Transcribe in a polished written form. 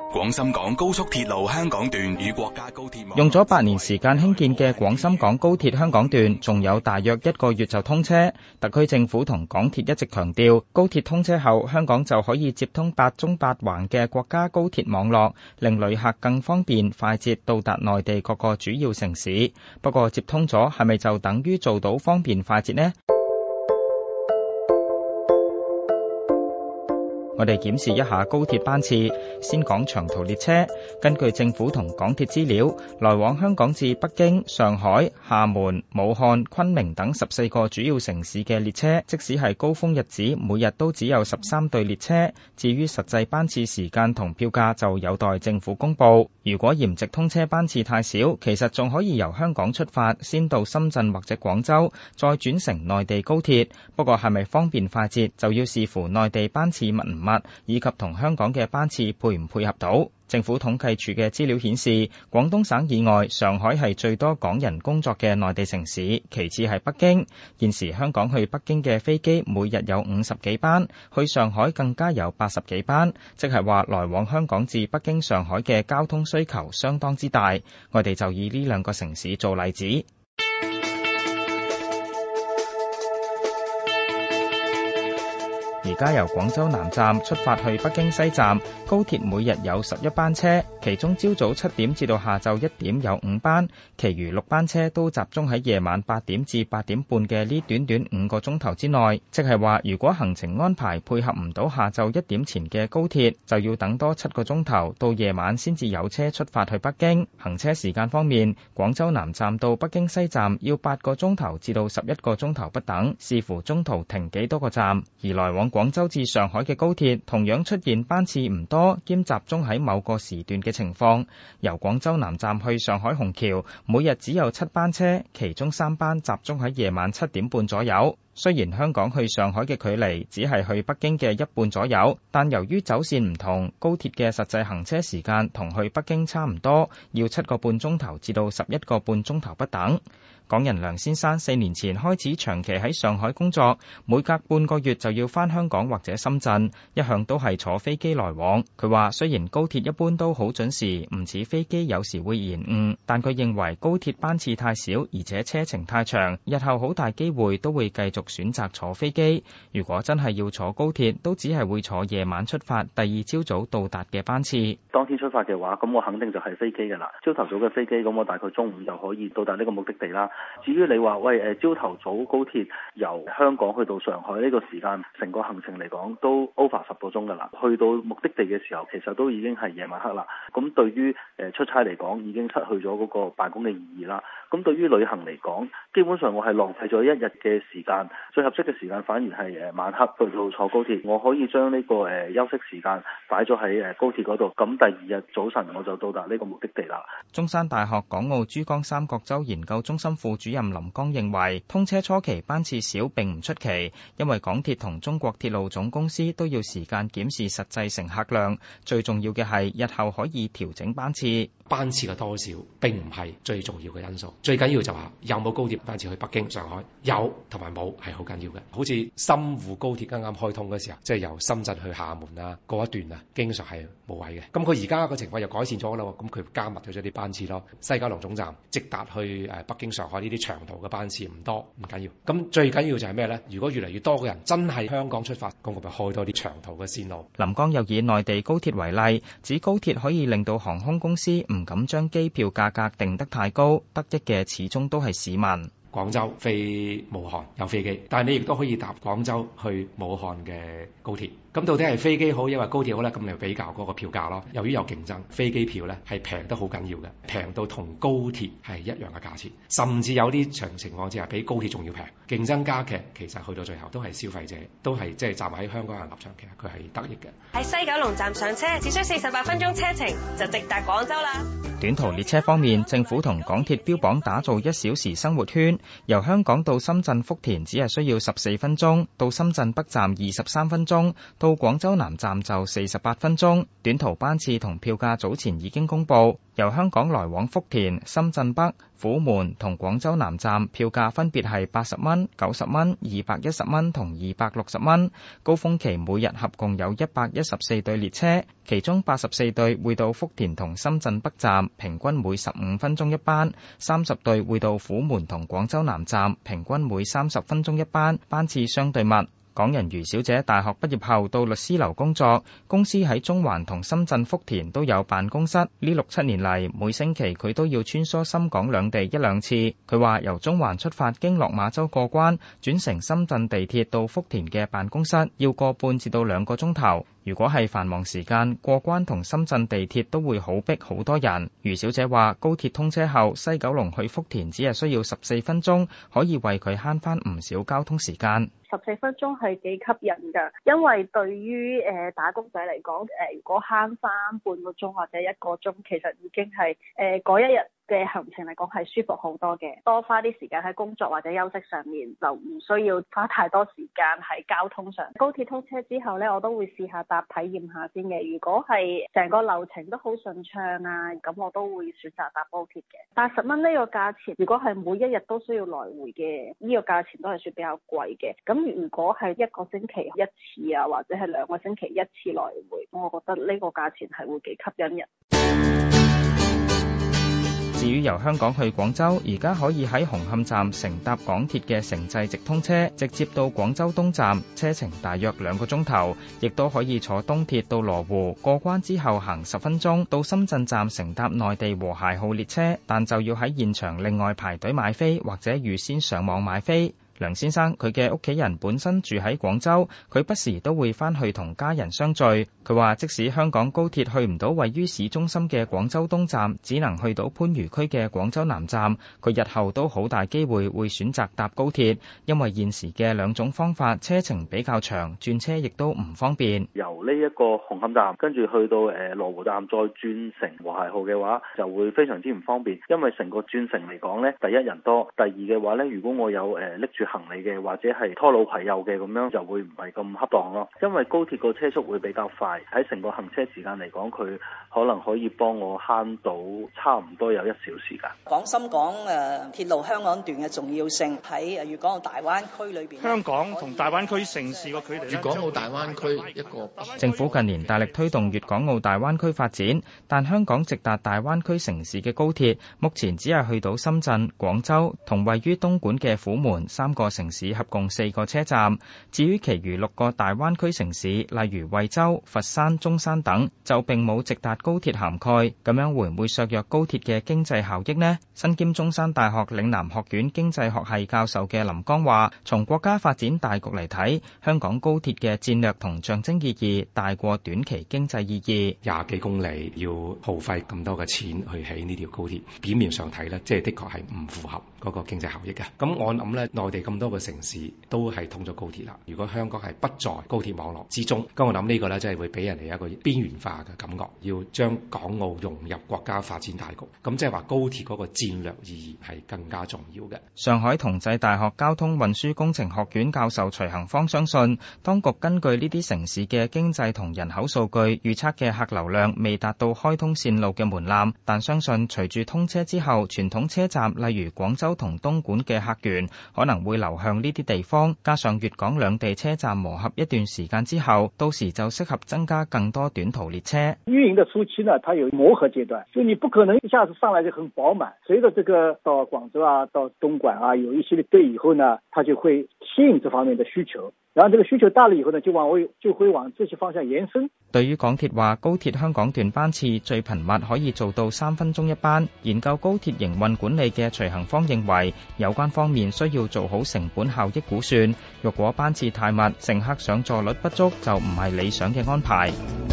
廣深港高速鐵路香港段與國家高鐵網用咗8年時間興建嘅廣深港高鐵香港段，仲有大約1個月就通車。特區政府同港鐵一直強調，高鐵通車後，香港就可以接通8縱8橫嘅國家高鐵網絡，令旅客更方便快捷到達內地各個主要城市。不過接通咗，係咪就等於做到方便快捷呢？我哋檢視一下高鐵班次，先講長途列車。根據政府同港鐵資料，來往香港至北京、上海、廈門、武漢、昆明等14個主要城市嘅列車，即使係高峰日子，每日都只有13對列車。至於實際班次時間同票價就有待政府公布。如果鹽直通車班次太少，其實仲可以由香港出發，先到深圳或者廣州，再轉乘內地高鐵。不過係咪方便快捷，就要視乎內地班次密唔密，以及同香港嘅班次配唔配合到。政府統計處嘅資料顯示，廣東省以外，上海係最多港人工作嘅內地城市，其次係北京。現時香港去北京嘅飛機每日有50幾班，去上海更加有80幾班，即係話來往香港至北京、上海嘅交通需求相當之大。我哋就以呢兩個城市做例子。而家由廣州南站出發去北京西站，高鐵每日有11班車，其中朝早7點至到下晝1點有5班，其餘6班車都集中喺夜晚8點至8點半嘅呢短短5個鐘頭之內。即係話，如果行程安排配合唔到下晝1點前嘅高鐵，就要等多7個鐘頭，到夜晚先至有車出發去北京。行車時間方面，廣州南站到北京西站要8個鐘頭至到11個鐘頭不等，視乎中途停幾多個站。而來往廣州至上海嘅高鐵同樣出現班次唔多兼集中喺某個時段嘅情況。由廣州南站去上海虹橋，每日只有7班車，其中3班集中喺夜晚7點半左右。雖然香港去上海嘅距離只係去北京嘅1半左右，但由於走線唔同，高鐵嘅實際行車時間同去北京差唔多，要7個半鐘頭至到11個半鐘頭不等。港人梁先生4年前開始長期喺上海工作，每隔半個月就要返香港或者深圳，一向都係坐飛機來往。佢話雖然高鐵一般都好準時，唔似飛機有時會延誤，但佢認為高鐵班次太少，而且車程太長，日後好大機會都會繼續選擇坐飛機。如果真係要坐高鐵，都只係會坐夜晚出發，第二朝早到達嘅班次。 當天出發嘅話，咁我肯定就係飛機㗎啦。朝頭早嘅飛機，咁我大概中午就可以到達呢個目的地啦。至於你話朝頭早高鐵由香港去到上海呢個時間，成個行程嚟講都 over 10個鐘㗎啦。去到目的地嘅時候，其實都已經係夜晚黑啦。咁對於出差嚟講，已經失去咗嗰個辦公嘅意義啦。咁對於旅行嚟講，基本上我係浪費咗一日嘅時間，最合適嘅時間反而係晚黑去到坐高鐵。我可以將呢個休息時間擺咗喺高鐵嗰度，咁第二日早晨我就到達呢個目的地啦。 中山大學港澳珠江三角洲研究中心副主任林剛認為，通車初期班次少並唔出奇，因為港鐵同中國鐵路總公司都要時間檢視實際乘客量，最重要嘅係日後可以調整班次。 班次嘅多少並唔係最重要嘅因素，最緊要就話有冇高鐵班次去北京、上海，有同埋冇係好緊要嘅。好似深沪高鐵啱啱開通嘅時候，即係由深圳去廈門啊嗰一段啊，經常係冇位嘅。咁佢而家個情況又改善咗啦，咁佢加密咗啲班次咯。西九龍總站直達去北京、上海呢啲長途嘅班次唔多，唔緊要。咁最緊要就係咩呢？如果越嚟越多嘅人真係香港出發，咁我咪開多啲長途嘅線路。 林剛又以內地高鐵為例，指高鐵可以令到航空公司唔敢將機票價格定得太高，得益嘅始終都係市民。 廣州飛武漢有飛機，但係你亦都可以搭廣州去武漢嘅高鐵。咁到底係飛機好，因為高鐵好咧？咁你比較嗰個票價咯。由於有競爭，飛機票咧係平得好緊要嘅，平到同高鐵係一樣嘅價錢，甚至有啲情況之下比高鐵仲要平。競爭加劇，其實去到最後都係消費者，都係即係站喺香港人立場，其實佢係得益嘅。 喺西九龍站上車，只需48分鐘車程就直達廣州啦。 短途列車方面，政府同港鐵標榜打造1小時生活圈，由香港到深圳福田只係需要14分鐘，到深圳北站23分鐘，到到廣州南站就48分鐘。短途班次同票價早前已經公布，由香港來往福田、深圳北、虎門同廣州南站票價分別係80蚊、90蚊、210蚊同260蚊。高峰期每日合共有114對列車，其中84對會到福田同深圳北站，平均每15分鐘一班；30對會到虎門同廣州南站，平均每30分鐘一班，班次相對密。港人余小姐大學畢業後到律師樓工作，公司喺中環同深圳福田都有辦公室。呢6-7年嚟，每星期佢都要穿梭深港兩地1-2次。佢話由中環出發經落馬洲過關，轉乘深圳地鐵到福田嘅辦公室，要個半至到2個鐘頭。如果係繁忙時間，過關同深圳地鐵都會好逼，好多人。余小姐話高鐵通車後，西九龍去福田只係需要14分鐘，可以為佢慳返唔少交通時間。 14分鐘係幾吸引㗎，因為對於打工仔嚟講，如果慳返半個鐘或者1個鐘，其實已經係嗰一日嘅行程嚟講係舒服好多嘅，多花啲時間喺工作或者休息上面，就唔需要花太多時間喺交通上。高鐵通車之後呢，我都會試下搭體驗下先嘅。如果係成個流程都好順暢啊，咁我都會選擇搭高鐵嘅。80蚊呢個價錢，如果係每一日都需要來回嘅，呢個價錢都係算比較貴嘅。咁如果係1個星期1次啊，或者係2個星期1次來回，我覺得呢個價錢係會幾吸引人。 至於由香港去廣州，而家可以喺紅磡站乘搭港鐵嘅城際直通車，直接到廣州東站，車程大約2個鐘頭，亦都可以坐東鐵到羅湖，過關之後行10分鐘，到深圳站乘搭內地和諧號列車，但就要喺現場另外排隊買飛或者預先上網買飛。梁先生佢嘅屋企人本身住喺廣州，佢不時都會返去同家人相聚。佢話即使香港高鐵去唔到位於市中心嘅廣州東站，只能去到番禺區嘅廣州南站，佢日後都好大機會會選擇搭高鐵，因為現時嘅2種方法車程比較長，轉車亦都唔方便。 由呢一個紅磡站跟住去到羅湖站再轉乘和諧號嘅話，就會非常之唔方便，因為成個轉乘嚟講呢，第一人多，第二嘅話呢，如果我有拎住行李嘅或者係拖老攜幼嘅咁樣，就會唔係咁恰當咯。因為高鐵個車速會比較快，喺成個行車時間嚟講，佢可能可以幫我慳到差唔多有1小時㗎。 廣深港鐵路香港段嘅重要性喺粵港澳大灣區裏邊。 香港同大灣區城市個距離。 粵港澳大灣區一個。 政府近年大力推動粵港澳大灣區發展，但香港直達大灣區城市嘅高鐵，目前只係去到深圳、廣州同位於東莞嘅虎門3個城市合共4個車站，至於其餘6個大灣區城市，例如惠州、佛山、中山等，就並冇直達高鐵涵蓋，咁樣會唔會削弱高鐵嘅經濟效益呢？身兼中山大學嶺南學院經濟學系教授嘅林江話，從國家發展大局嚟睇，香港高鐵嘅戰略同象徵意義大過短期經濟意義。 20幾公里要耗費咁多嘅錢去起呢條高鐵，表面上睇呢，即係的確係唔符合嗰個經濟效益嘅。咁我諗呢，內地咁多個城市都係通咗高鐵啦。如果香港係不在高鐵網絡之中，咁我諗呢個呢，真係會俾人哋一個邊緣化嘅感覺，要將港澳融入國家發展大局。咁即係話高鐵嗰個戰略意義係更加重要嘅。 上海同濟大學交通運輸工程學院教授徐恒芳相信，當局根據呢啲城市嘅經濟同人口數據預測嘅客流量未達到開通線路嘅門檻，但相信隨住通車之後，傳統車站例如廣州同東莞嘅客源可能會流向呢啲地方，加上粵港兩地車站磨合一段時間之後，到時就適合增加更多短途列車。 運營的初期呢，它有磨合階段，所以你不可能一下子上來就很飽滿。隨着這個到廣州啊、到東莞啊有一些的隊以後呢，它就會吸引這方面的需求。然後這個需求大了以後呢，就會往這些方向延伸。 對於港鐵話高鐵香港段班次最頻密可以做到3分鐘一班，研究高鐵營運管理嘅徐恒芳認為，有關方面需要做好成本效益估算。若果班次太密，乘客上座率不足，就唔係理想嘅安排。